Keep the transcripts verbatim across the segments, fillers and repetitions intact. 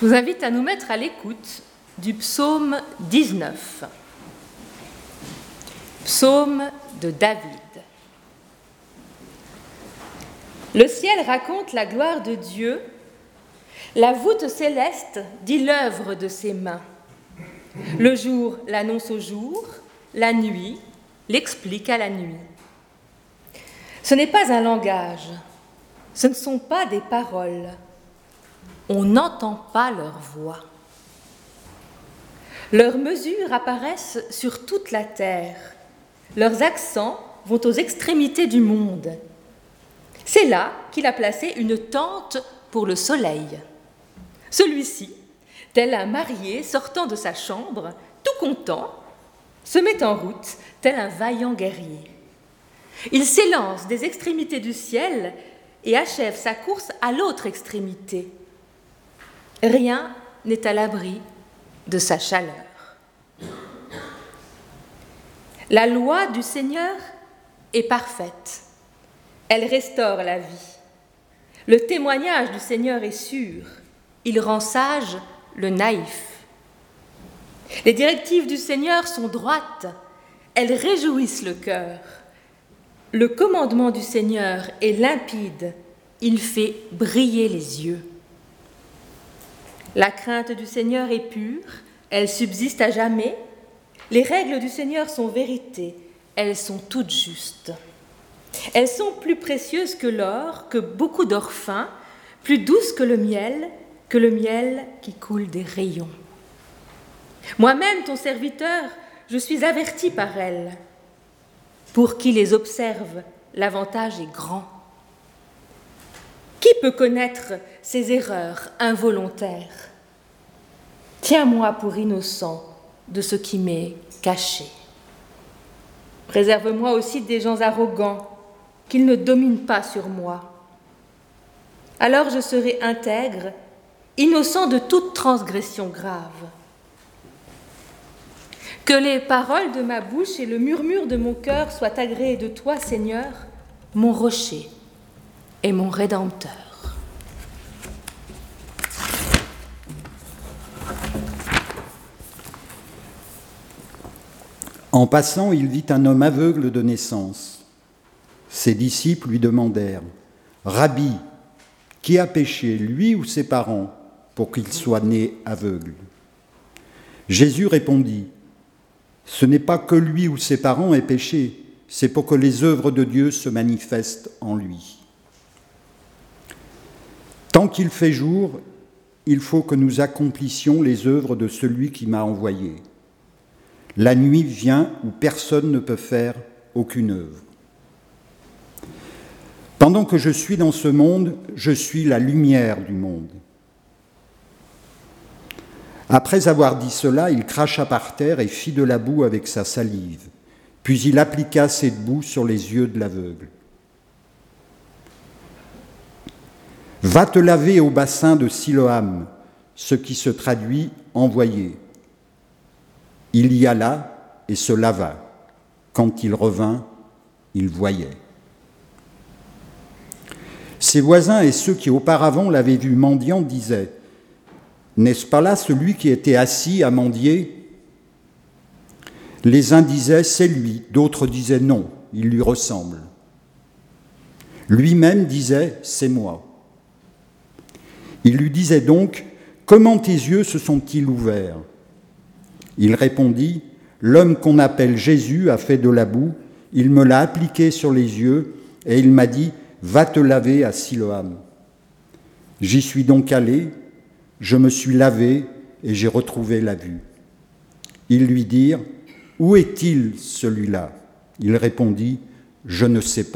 Je vous invite à nous mettre à l'écoute du psaume dix-neuf, psaume de David. Le ciel raconte la gloire de Dieu, la voûte céleste dit l'œuvre de ses mains. Le jour l'annonce au jour, la nuit l'explique à la nuit. Ce n'est pas un langage, ce ne sont pas des paroles. On n'entend pas leur voix. Leurs mesures apparaissent sur toute la terre. Leurs accents vont aux extrémités du monde. C'est là qu'il a placé une tente pour le soleil. Celui-ci, tel un marié sortant de sa chambre, tout content, se met en route, tel un vaillant guerrier. Il s'élance des extrémités du ciel et achève sa course à l'autre extrémité. Rien n'est à l'abri de sa chaleur. La loi du Seigneur est parfaite. Elle restaure la vie. Le témoignage du Seigneur est sûr. Il rend sage le naïf. Les directives du Seigneur sont droites. Elles réjouissent le cœur. Le commandement du Seigneur est limpide. Il fait briller les yeux. La crainte du Seigneur est pure, elle subsiste à jamais. Les règles du Seigneur sont vérité, elles sont toutes justes. Elles sont plus précieuses que l'or, que beaucoup d'or fin, plus douces que le miel, que le miel qui coule des rayons. Moi-même, ton serviteur, je suis averti par elles. Pour qui les observe, l'avantage est grand. Qui peut connaître ces erreurs involontaires? Tiens-moi pour innocent de ce qui m'est caché. Préserve-moi aussi des gens arrogants, qu'ils ne dominent pas sur moi. Alors je serai intègre, innocent de toute transgression grave. Que les paroles de ma bouche et le murmure de mon cœur soient agréés de toi, Seigneur, mon rocher et mon Rédempteur. En passant, il vit un homme aveugle de naissance. Ses disciples lui demandèrent « Rabbi, qui a péché, lui ou ses parents, pour qu'il soit né aveugle ?» Jésus répondit « Ce n'est pas que lui ou ses parents aient péché, c'est pour que les œuvres de Dieu se manifestent en lui. Tant qu'il fait jour, il faut que nous accomplissions les œuvres de celui qui m'a envoyé. La nuit vient où personne ne peut faire aucune œuvre. Pendant que je suis dans ce monde, je suis la lumière du monde. » Après avoir dit cela, il cracha par terre et fit de la boue avec sa salive. Puis il appliqua cette boue sur les yeux de l'aveugle. « Va te laver au bassin de Siloam », ce qui se traduit « envoyé ». Il y alla et se lava. Quand il revint, il voyait. Ses voisins et ceux qui auparavant l'avaient vu mendiant disaient « N'est-ce pas là celui qui était assis à mendier ?» Les uns disaient « C'est lui », d'autres disaient « Non, il lui ressemble ». Lui-même disait « C'est moi ». Il lui disait donc « Comment tes yeux se sont-ils ouverts ?» Il répondit « L'homme qu'on appelle Jésus a fait de la boue, il me l'a appliqué sur les yeux et il m'a dit « Va te laver à Siloam ». J'y suis donc allé, je me suis lavé et j'ai retrouvé la vue. Ils lui dirent « Où est-il celui-là » Il répondit « Je ne sais pas ».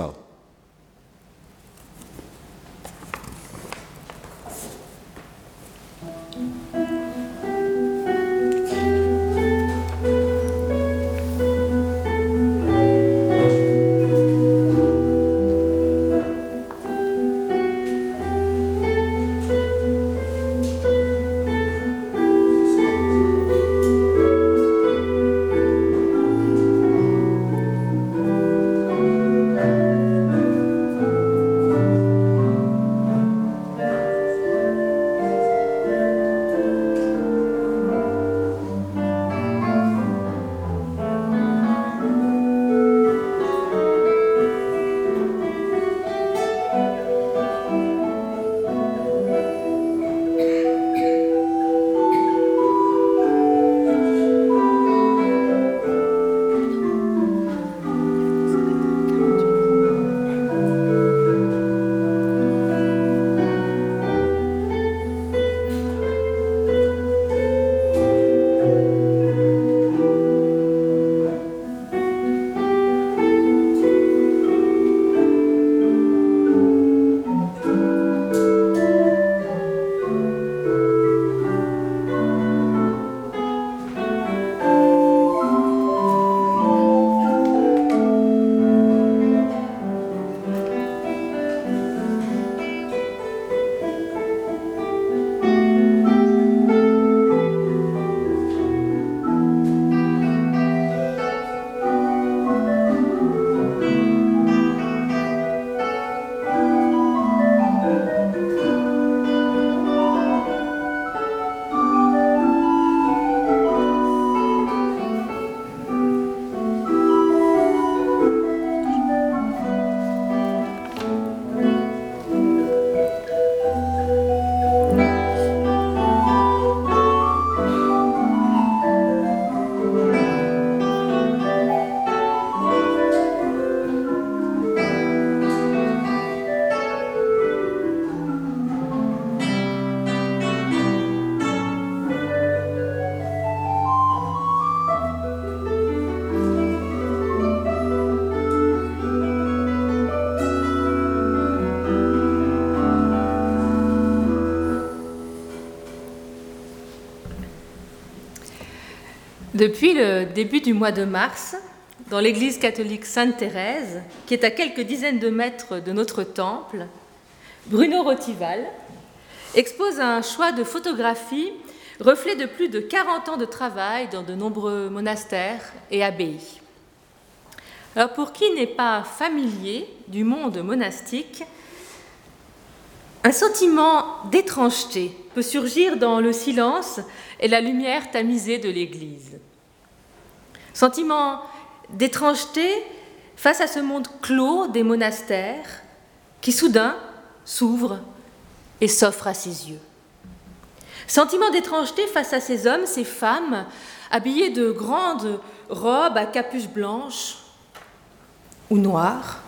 Depuis le début du mois de mars, dans l'église catholique Sainte-Thérèse, qui est à quelques dizaines de mètres de notre temple, Bruno Rotival expose un choix de photographies reflet de plus de quarante ans de travail dans de nombreux monastères et abbayes. Alors pour qui n'est pas familier du monde monastique, un sentiment d'étrangeté peut surgir dans le silence et la lumière tamisée de l'église. Sentiment d'étrangeté face à ce monde clos des monastères qui soudain s'ouvre et s'offre à ses yeux. Sentiment d'étrangeté face à ces hommes, ces femmes, habillés de grandes robes à capuche blanche ou noire.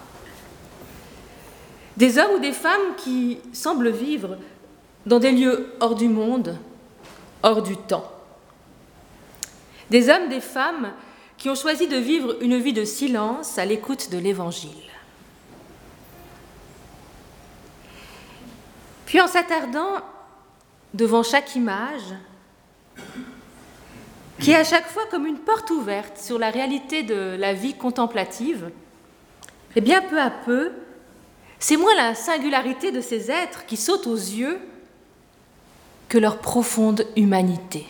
Des hommes ou des femmes qui semblent vivre dans des lieux hors du monde, hors du temps. Des hommes, des femmes qui ont choisi de vivre une vie de silence à l'écoute de l'Évangile. Puis en s'attardant devant chaque image, qui est à chaque fois comme une porte ouverte sur la réalité de la vie contemplative, et bien peu à peu, c'est moins la singularité de ces êtres qui saute aux yeux que leur profonde humanité.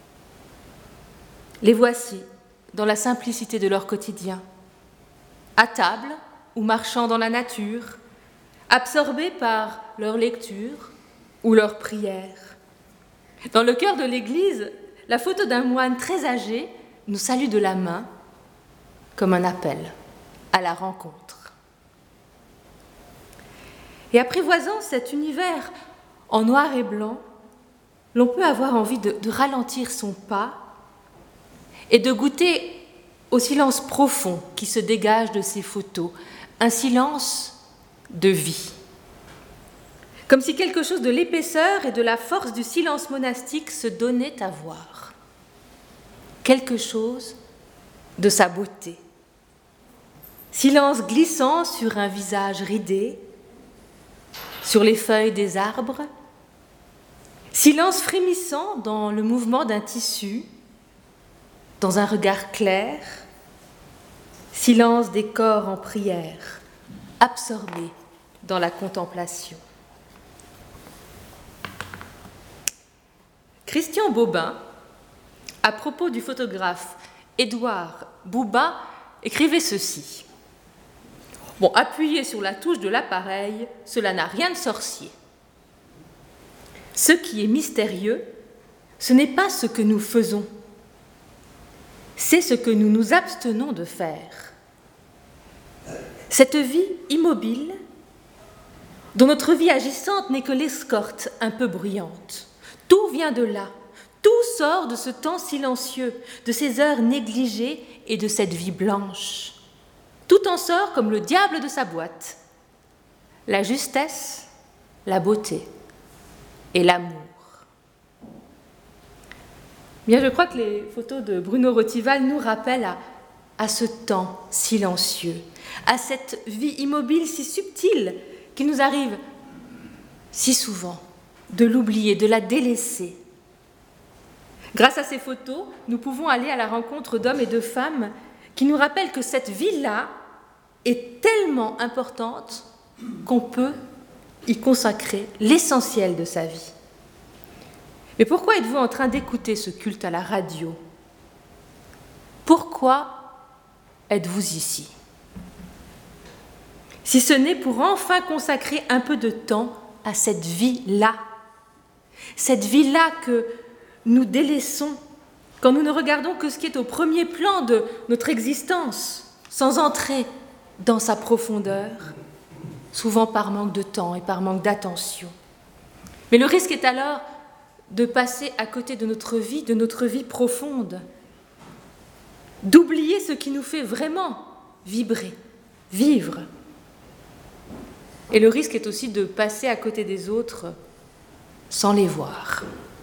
Les voici dans la simplicité de leur quotidien, à table ou marchant dans la nature, absorbés par leur lecture ou leur prière. Dans le cœur de l'église, la photo d'un moine très âgé nous salue de la main comme un appel à la rencontre. Et apprivoisant cet univers en noir et blanc, l'on peut avoir envie de, de ralentir son pas et de goûter au silence profond qui se dégage de ces photos, un silence de vie. Comme si quelque chose de l'épaisseur et de la force du silence monastique se donnait à voir. Quelque chose de sa beauté. Silence glissant sur un visage ridé, sur les feuilles des arbres. Silence frémissant dans le mouvement d'un tissu, dans un regard clair. Silence des corps en prière, absorbés dans la contemplation. Christian Bobin, à propos du photographe Édouard Bouba, écrivait ceci. Bon, appuyé sur la touche de l'appareil, cela n'a rien de sorcier. Ce qui est mystérieux, ce n'est pas ce que nous faisons, c'est ce que nous nous abstenons de faire. Cette vie immobile, dont notre vie agissante n'est que l'escorte un peu bruyante. Tout vient de là, tout sort de ce temps silencieux, de ces heures négligées et de cette vie blanche. Tout en sort comme le diable de sa boîte. La justesse, la beauté et l'amour. Bien, je crois que les photos de Bruno Rotival nous rappellent à, à ce temps silencieux, à cette vie immobile si subtile qu'il nous arrive si souvent de l'oublier, de la délaisser. Grâce à ces photos, nous pouvons aller à la rencontre d'hommes et de femmes qui nous rappellent que cette vie-là est tellement importante qu'on peut y consacrer l'essentiel de sa vie. Mais pourquoi êtes-vous en train d'écouter ce culte à la radio? Pourquoi êtes-vous ici? Si ce n'est pour enfin consacrer un peu de temps à cette vie-là, cette vie-là que nous délaissons quand nous ne regardons que ce qui est au premier plan de notre existence, sans entrer dans sa profondeur, souvent par manque de temps et par manque d'attention. Mais le risque est alors de passer à côté de notre vie, de notre vie profonde, d'oublier ce qui nous fait vraiment vibrer, vivre. Et le risque est aussi de passer à côté des autres sans les voir.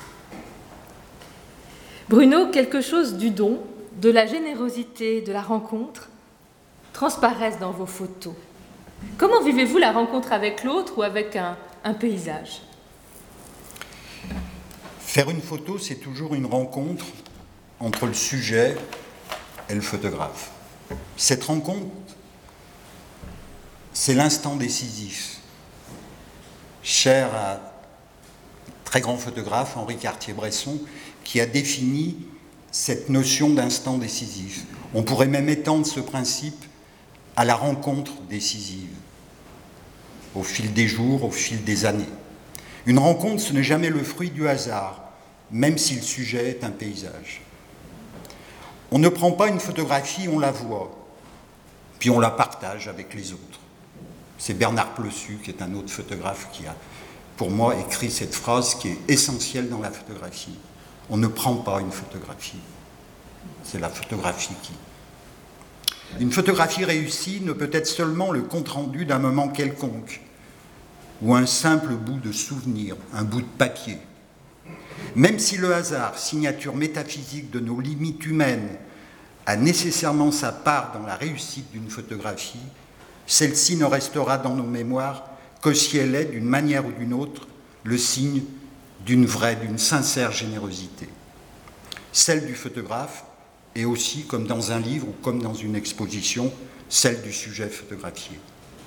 Bruno, quelque chose du don, de la générosité, de la rencontre, transparaissent dans vos photos. Comment vivez-vous la rencontre avec l'autre ou avec un, un paysage? Faire une photo, c'est toujours une rencontre entre le sujet et le photographe. Cette rencontre, c'est l'instant décisif, cher à un très grand photographe, Henri Cartier-Bresson, qui a défini cette notion d'instant décisif. On pourrait même étendre ce principe à la rencontre décisive, au fil des jours, au fil des années. Une rencontre, ce n'est jamais le fruit du hasard, même si le sujet est un paysage. On ne prend pas une photographie, on la voit, puis on la partage avec les autres. C'est Bernard Plessu, qui est un autre photographe, qui a, pour moi, écrit cette phrase qui est essentielle dans la photographie. On ne prend pas une photographie, c'est la photographie qui... Une photographie réussie ne peut être seulement le compte-rendu d'un moment quelconque, ou un simple bout de souvenir, un bout de papier. Même si le hasard, signature métaphysique de nos limites humaines, a nécessairement sa part dans la réussite d'une photographie, celle-ci ne restera dans nos mémoires que si elle est, d'une manière ou d'une autre, le signe d'une vraie, d'une sincère générosité. Celle du photographe est aussi, comme dans un livre ou comme dans une exposition, celle du sujet photographié.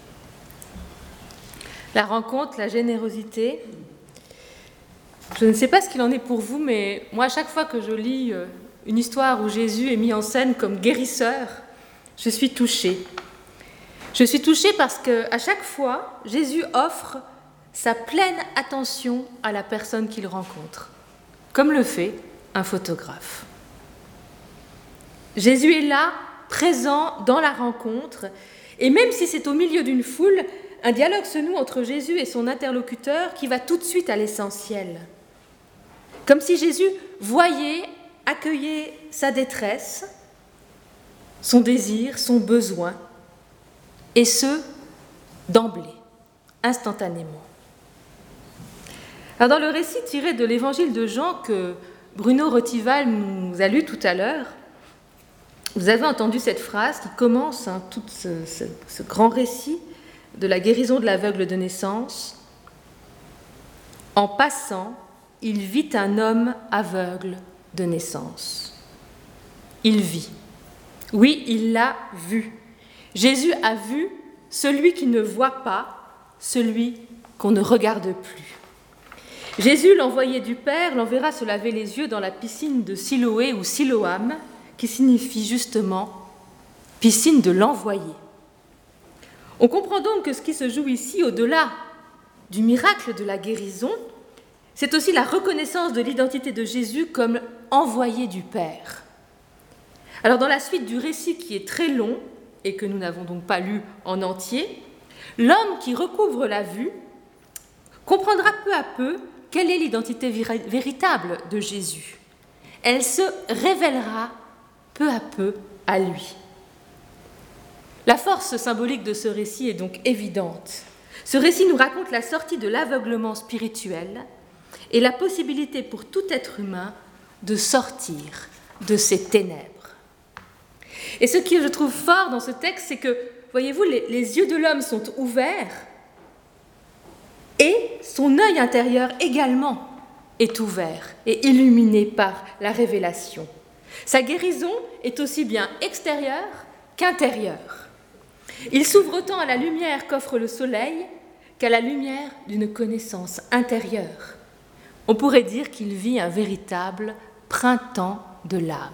La rencontre, la générosité. Je ne sais pas ce qu'il en est pour vous, mais moi, à chaque fois que je lis une histoire où Jésus est mis en scène comme guérisseur, je suis touchée. Je suis touchée parce qu'à chaque fois, Jésus offre sa pleine attention à la personne qu'il rencontre, comme le fait un photographe. Jésus est là, présent dans la rencontre, et même si c'est au milieu d'une foule, un dialogue se noue entre Jésus et son interlocuteur qui va tout de suite à l'essentiel. Comme si Jésus voyait, accueillait sa détresse, son désir, son besoin, et ce, d'emblée, instantanément. Alors, dans le récit tiré de l'évangile de Jean que Bruno Retival nous a lu tout à l'heure, vous avez entendu cette phrase qui commence hein, tout ce, ce, ce grand récit de la guérison de l'aveugle de naissance. En passant, il vit un homme aveugle de naissance. Il vit. Oui, il l'a vu. Jésus a vu celui qui ne voit pas, celui qu'on ne regarde plus. Jésus, l'envoyé du Père, l'enverra se laver les yeux dans la piscine de Siloé ou Siloam, qui signifie justement piscine de l'envoyé. On comprend donc que ce qui se joue ici, au-delà du miracle de la guérison, c'est aussi la reconnaissance de l'identité de Jésus comme envoyé du Père. Alors dans la suite du récit qui est très long, et que nous n'avons donc pas lu en entier, l'homme qui recouvre la vue comprendra peu à peu quelle est l'identité véritable de Jésus. Elle se révélera peu à peu à lui. La force symbolique de ce récit est donc évidente. Ce récit nous raconte la sortie de l'aveuglement spirituel et la possibilité pour tout être humain de sortir de ces ténèbres. Et ce que je trouve fort dans ce texte, c'est que, voyez-vous, les, les yeux de l'homme sont ouverts et son œil intérieur également est ouvert et illuminé par la révélation. Sa guérison est aussi bien extérieure qu'intérieure. Il s'ouvre autant à la lumière qu'offre le soleil qu'à la lumière d'une connaissance intérieure. On pourrait dire qu'il vit un véritable printemps de l'âme.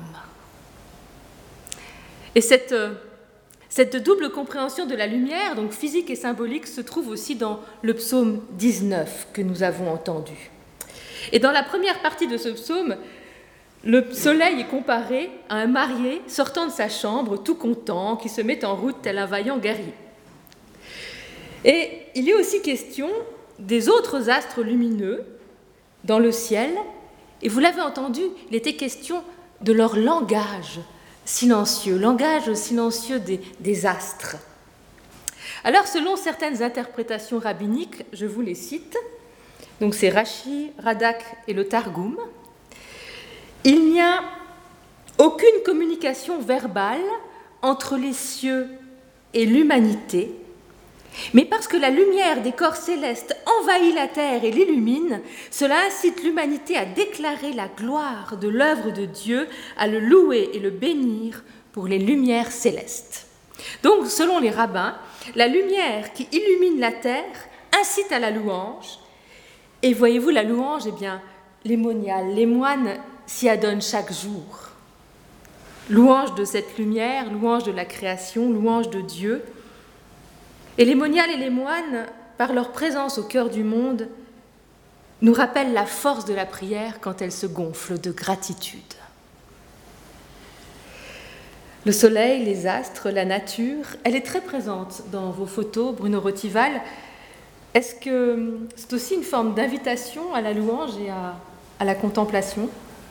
Et cette, cette double compréhension de la lumière, donc physique et symbolique, se trouve aussi dans le psaume dix-neuf que nous avons entendu. Et dans la première partie de ce psaume, le soleil est comparé à un marié sortant de sa chambre, tout content, qui se met en route tel un vaillant guerrier. Et il est aussi question des autres astres lumineux dans le ciel, et vous l'avez entendu, il était question de leur langage silencieux, langage silencieux des, des astres. Alors, selon certaines interprétations rabbiniques, je vous les cite, donc c'est Rashi, Radak et le Targum, il n'y a aucune communication verbale entre les cieux et l'humanité, Mais parce que la lumière des corps célestes envahit la terre et l'illumine, cela incite l'humanité à déclarer la gloire de l'œuvre de Dieu, à le louer et le bénir pour les lumières célestes. Donc, selon les rabbins, la lumière qui illumine la terre incite à la louange. Et voyez-vous, la louange, eh bien, les moniales, les moines s'y adonnent chaque jour. Louange de cette lumière, louange de la création, louange de Dieu. Et les moniales et les moines, par leur présence au cœur du monde, nous rappellent la force de la prière quand elle se gonfle de gratitude. Le soleil, les astres, la nature, elle est très présente dans vos photos, Bruno Rotival. Est-ce que c'est aussi une forme d'invitation à la louange et à, à la contemplation ?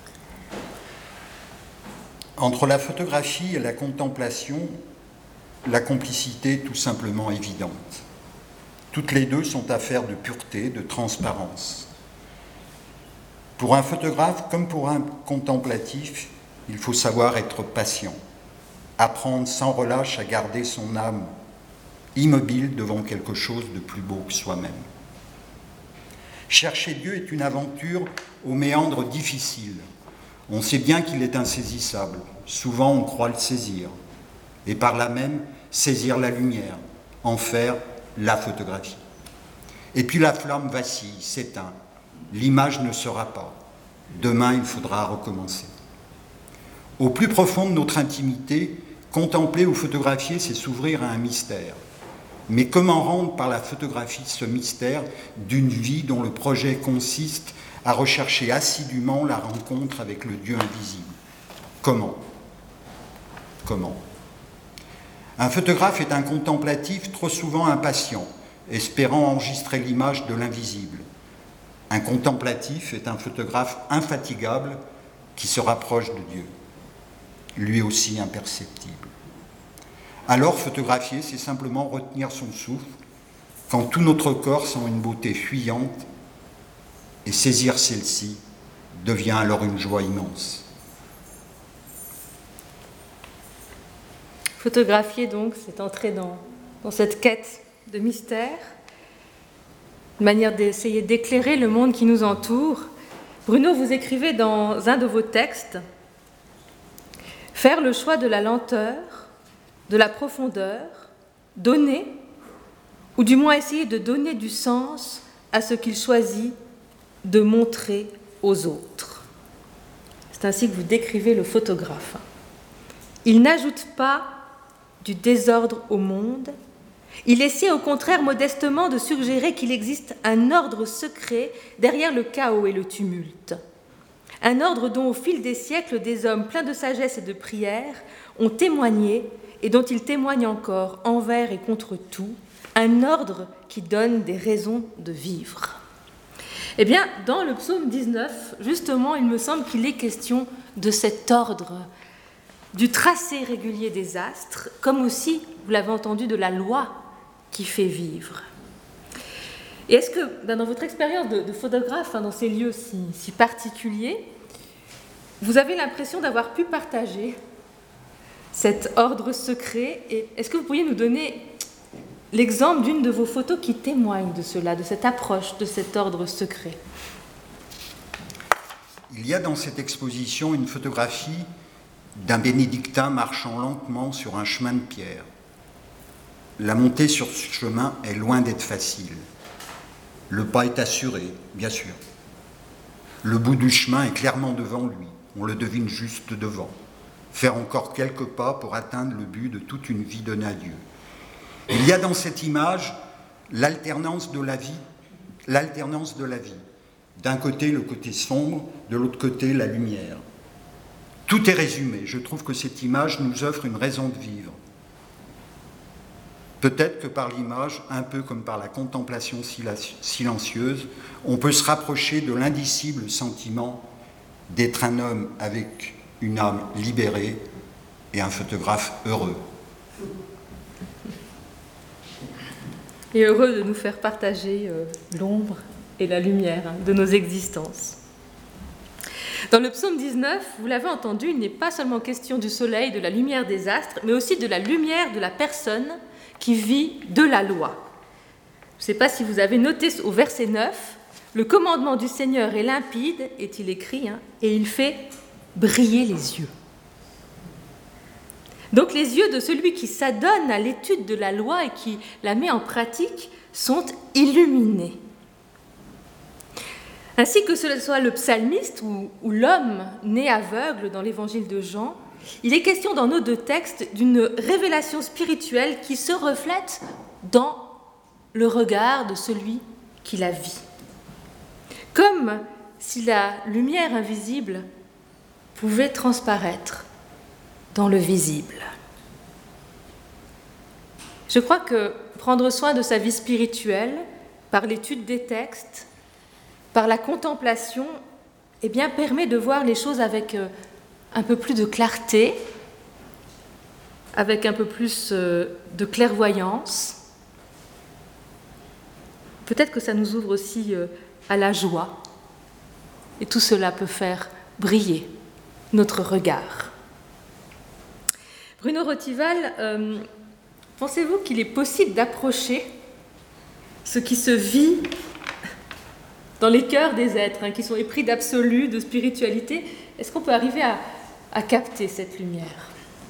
Entre la photographie et la contemplation, la complicité est tout simplement évidente. Toutes les deux sont affaires de pureté, de transparence. Pour un photographe comme pour un contemplatif, il faut savoir être patient, apprendre sans relâche à garder son âme immobile devant quelque chose de plus beau que soi-même. Chercher Dieu est une aventure aux méandres difficiles. On sait bien qu'il est insaisissable. Souvent, on croit le saisir. Et par là même, saisir la lumière, en faire la photographie. Et puis la flamme vacille, s'éteint. L'image ne sera pas. Demain, il faudra recommencer. Au plus profond de notre intimité, contempler ou photographier, c'est s'ouvrir à un mystère. Mais comment rendre par la photographie ce mystère d'une vie dont le projet consiste à rechercher assidûment la rencontre avec le Dieu invisible ? Comment ? Comment ? Un photographe est un contemplatif trop souvent impatient, espérant enregistrer l'image de l'invisible. Un contemplatif est un photographe infatigable qui se rapproche de Dieu, lui aussi imperceptible. Alors photographier, c'est simplement retenir son souffle quand tout notre corps sent une beauté fuyante, et saisir celle-ci devient alors une joie immense. Photographier donc, c'est entrer dans, dans cette quête de mystère, une manière d'essayer d'éclairer le monde qui nous entoure. Bruno, vous écrivez dans un de vos textes « Faire le choix de la lenteur, de la profondeur, donner, ou du moins essayer de donner du sens à ce qu'il choisit de montrer aux autres. » C'est ainsi que vous décrivez le photographe. Il n'ajoute pas du désordre au monde, il essaie au contraire modestement de suggérer qu'il existe un ordre secret derrière le chaos et le tumulte. Un ordre dont au fil des siècles des hommes pleins de sagesse et de prière ont témoigné et dont ils témoignent encore envers et contre tout, un ordre qui donne des raisons de vivre. Eh bien, dans le psaume dix-neuf, justement, il me semble qu'il est question de cet ordre, du tracé régulier des astres, comme aussi, vous l'avez entendu, de la loi qui fait vivre. Et est-ce que, dans votre expérience de, de photographe, hein, dans ces lieux si, si particuliers, vous avez l'impression d'avoir pu partager cet ordre secret? Et est-ce que vous pourriez nous donner l'exemple d'une de vos photos qui témoigne de cela, de cette approche, de cet ordre secret? Il y a dans cette exposition une photographie d'un bénédictin marchant lentement sur un chemin de pierre. La montée sur ce chemin est loin d'être facile. Le pas est assuré, bien sûr. Le bout du chemin est clairement devant lui, on le devine juste devant. Faire encore quelques pas pour atteindre le but de toute une vie donnée à Dieu. Il y a dans cette image l'alternance de la vie, l'alternance de la vie. D'un côté, le côté sombre, de l'autre côté, la lumière. Tout est résumé. Je trouve que cette image nous offre une raison de vivre. Peut-être que par l'image, un peu comme par la contemplation silencieuse, on peut se rapprocher de l'indicible sentiment d'être un homme avec une âme libérée et un photographe heureux. Et heureux de nous faire partager euh, l'ombre et la lumière hein, de nos existences. Dans le psaume dix-neuf, vous l'avez entendu, il n'est pas seulement question du soleil, de la lumière des astres, mais aussi de la lumière de la personne qui vit de la loi. Je ne sais pas si vous avez noté au verset neuf, le commandement du Seigneur est limpide, est-il écrit, hein, et il fait briller les yeux. Donc les yeux de celui qui s'adonne à l'étude de la loi et qui la met en pratique sont illuminés. Ainsi que ce soit le psalmiste ou, ou l'homme né aveugle dans l'évangile de Jean, il est question dans nos deux textes d'une révélation spirituelle qui se reflète dans le regard de celui qui la vit. Comme si la lumière invisible pouvait transparaître dans le visible. Je crois que prendre soin de sa vie spirituelle, par l'étude des textes, par la contemplation, eh bien, permet de voir les choses avec un peu plus de clarté, avec un peu plus de clairvoyance. Peut-être que ça nous ouvre aussi à la joie. Et tout cela peut faire briller notre regard. Bruno Retival, euh, pensez-vous qu'il est possible d'approcher ce qui se vit dans les cœurs des êtres, hein, qui sont épris d'absolu, de spiritualité? Est-ce qu'on peut arriver à, à capter cette lumière?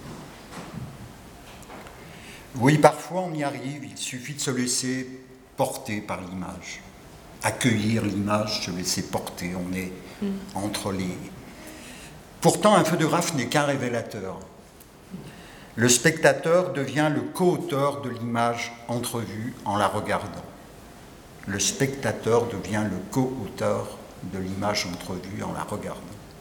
Oui, parfois on y arrive, il suffit de se laisser porter par l'image. Accueillir l'image, se laisser porter, on est mm. entre les... Pourtant, un photographe n'est qu'un révélateur. Le spectateur devient le co-auteur de l'image entrevue en la regardant. Le spectateur devient le co-auteur de l'image entrevue en la regardant.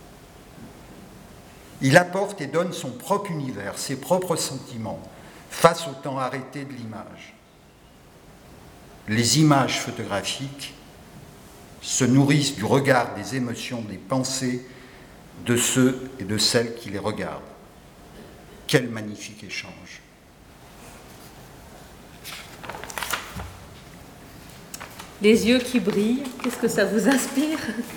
Il apporte et donne son propre univers, ses propres sentiments, face au temps arrêté de l'image. Les images photographiques se nourrissent du regard, des émotions, des pensées de ceux et de celles qui les regardent. Quel magnifique échange! Les yeux qui brillent, qu'est-ce que ça vous inspire?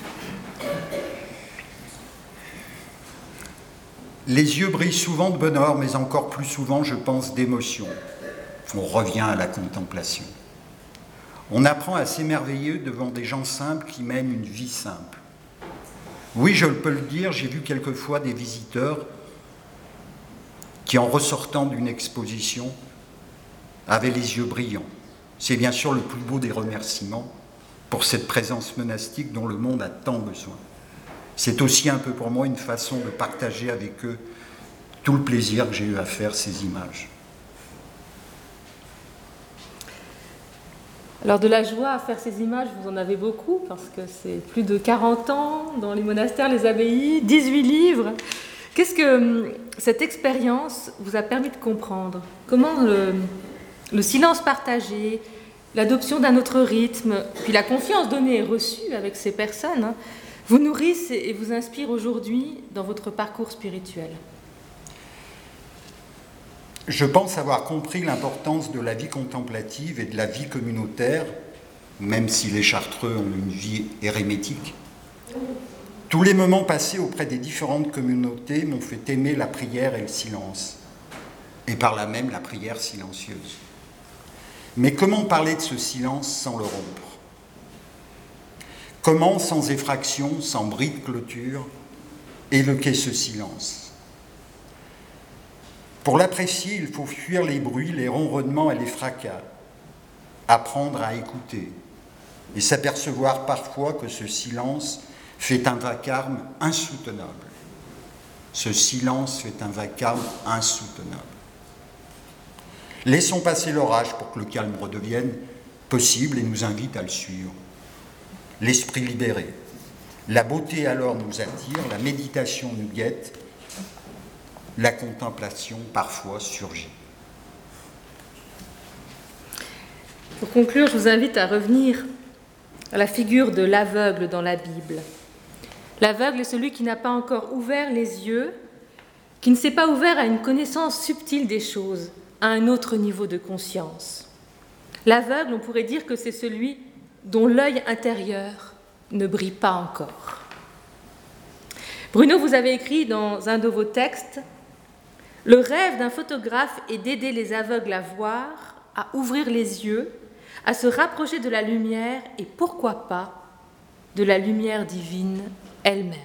Les yeux brillent souvent de bonheur, mais encore plus souvent, je pense, d'émotion. On revient à la contemplation. On apprend à s'émerveiller devant des gens simples qui mènent une vie simple. Oui, je peux le dire, j'ai vu quelquefois des visiteurs qui, en ressortant d'une exposition, avaient les yeux brillants. C'est bien sûr le plus beau des remerciements pour cette présence monastique dont le monde a tant besoin. C'est aussi un peu pour moi une façon de partager avec eux tout le plaisir que j'ai eu à faire ces images. Alors de la joie à faire ces images, vous en avez beaucoup, parce que c'est plus de quarante ans dans les monastères, les abbayes, dix-huit livres. Qu'est-ce que cette expérience vous a permis de comprendre? Comment le, le silence partagé, l'adoption d'un autre rythme, puis la confiance donnée et reçue avec ces personnes, hein, vous nourrissent et vous inspirent aujourd'hui dans votre parcours spirituel? Je pense avoir compris l'importance de la vie contemplative et de la vie communautaire, même si les Chartreux ont une vie érémétique. Tous les moments passés auprès des différentes communautés m'ont fait aimer la prière et le silence, et par là même la prière silencieuse. Mais comment parler de ce silence sans le rompre? Comment, sans effraction, sans bris de clôture, évoquer ce silence? Pour l'apprécier, il faut fuir les bruits, les ronronnements et les fracas, apprendre à écouter et s'apercevoir parfois que ce silence fait un vacarme insoutenable. Ce silence fait un vacarme insoutenable. Laissons passer l'orage pour que le calme redevienne possible et nous invite à le suivre. L'esprit libéré. La beauté alors nous attire, la méditation nous guette, la contemplation parfois surgit. Pour conclure, je vous invite à revenir à la figure de l'aveugle dans la Bible. L'aveugle est celui qui n'a pas encore ouvert les yeux, qui ne s'est pas ouvert à une connaissance subtile des choses, à un autre niveau de conscience. L'aveugle, on pourrait dire que c'est celui dont l'œil intérieur ne brille pas encore. Bruno, vous avez écrit dans un de vos textes « Le rêve d'un photographe est d'aider les aveugles à voir, à ouvrir les yeux, à se rapprocher de la lumière et pourquoi pas de la lumière divine elle-même.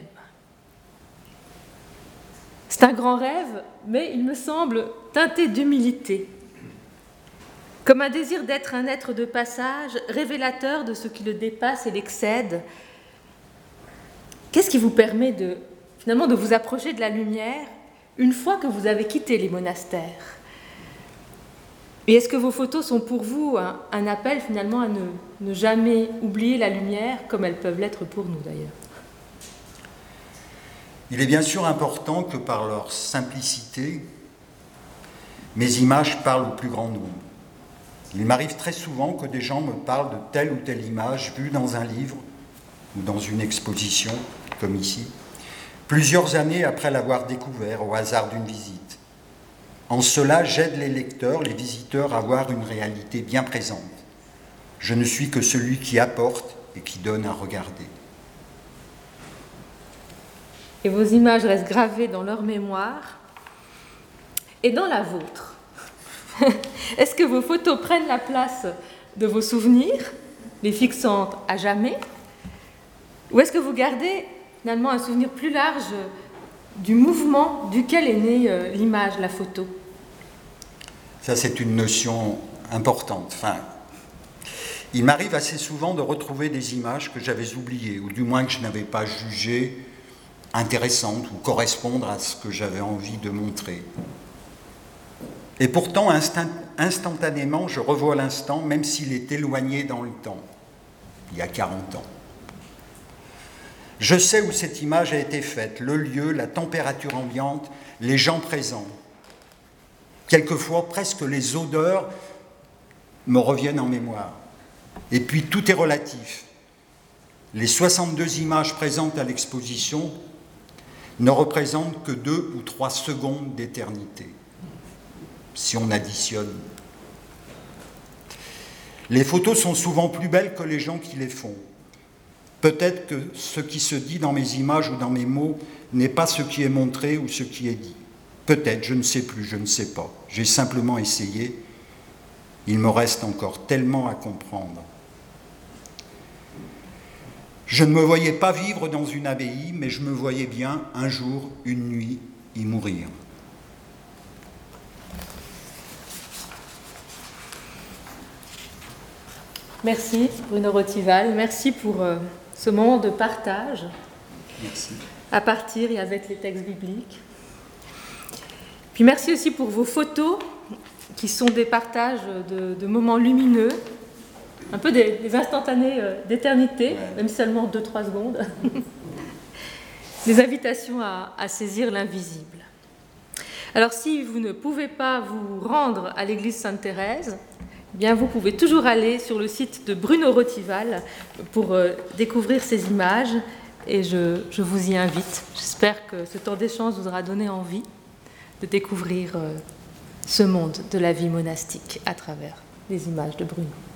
C'est un grand rêve, mais il me semble teinté d'humilité, comme un désir d'être un être de passage, révélateur de ce qui le dépasse et l'excède. Qu'est-ce qui vous permet de, finalement, de vous approcher de la lumière une fois que vous avez quitté les monastères? Et est-ce que vos photos sont pour vous un, un appel finalement à ne, ne jamais oublier la lumière, comme elles peuvent l'être pour nous d'ailleurs? Il est bien sûr important que par leur simplicité, mes images parlent au plus grand nombre. Il m'arrive très souvent que des gens me parlent de telle ou telle image vue dans un livre ou dans une exposition, comme ici, plusieurs années après l'avoir découvert au hasard d'une visite. En cela, j'aide les lecteurs, les visiteurs à voir une réalité bien présente. Je ne suis que celui qui apporte et qui donne à regarder. Et vos images restent gravées dans leur mémoire et dans la vôtre. Est-ce que vos photos prennent la place de vos souvenirs, les fixant à jamais? Ou est-ce que vous gardez finalement un souvenir plus large du mouvement duquel est née l'image, la photo? Ça, c'est une notion importante. Enfin, il m'arrive assez souvent de retrouver des images que j'avais oubliées, ou du moins que je n'avais pas jugées intéressantes ou correspondre à ce que j'avais envie de montrer. Et pourtant, instant, instantanément, je revois l'instant, même s'il est éloigné dans le temps, il y a quarante ans. Je sais où cette image a été faite, le lieu, la température ambiante, les gens présents. Quelquefois, presque les odeurs me reviennent en mémoire. Et puis, tout est relatif. Les soixante-deux images présentes à l'exposition ne représentent que deux ou trois secondes d'éternité, si on additionne. Les photos sont souvent plus belles que les gens qui les font. Peut-être que ce qui se dit dans mes images ou dans mes mots n'est pas ce qui est montré ou ce qui est dit. Peut-être, je ne sais plus, je ne sais pas. J'ai simplement essayé. Il me reste encore tellement à comprendre. Je ne me voyais pas vivre dans une abbaye, mais je me voyais bien, un jour, une nuit, y mourir. Merci Bruno Rotival, merci pour euh, ce moment de partage. Merci. À partir et avec les textes bibliques. Puis merci aussi pour vos photos, qui sont des partages de, de moments lumineux, un peu des, des instantanés euh, d'éternité, ouais. Même seulement deux trois secondes. Des invitations à, à saisir l'invisible. Alors si vous ne pouvez pas vous rendre à l'église Sainte-Thérèse, eh bien vous pouvez toujours aller sur le site de Bruno Rotival pour euh, découvrir ces images et je, je vous y invite. J'espère que ce temps d'échange vous aura donné envie de découvrir euh, ce monde de la vie monastique à travers les images de Bruno.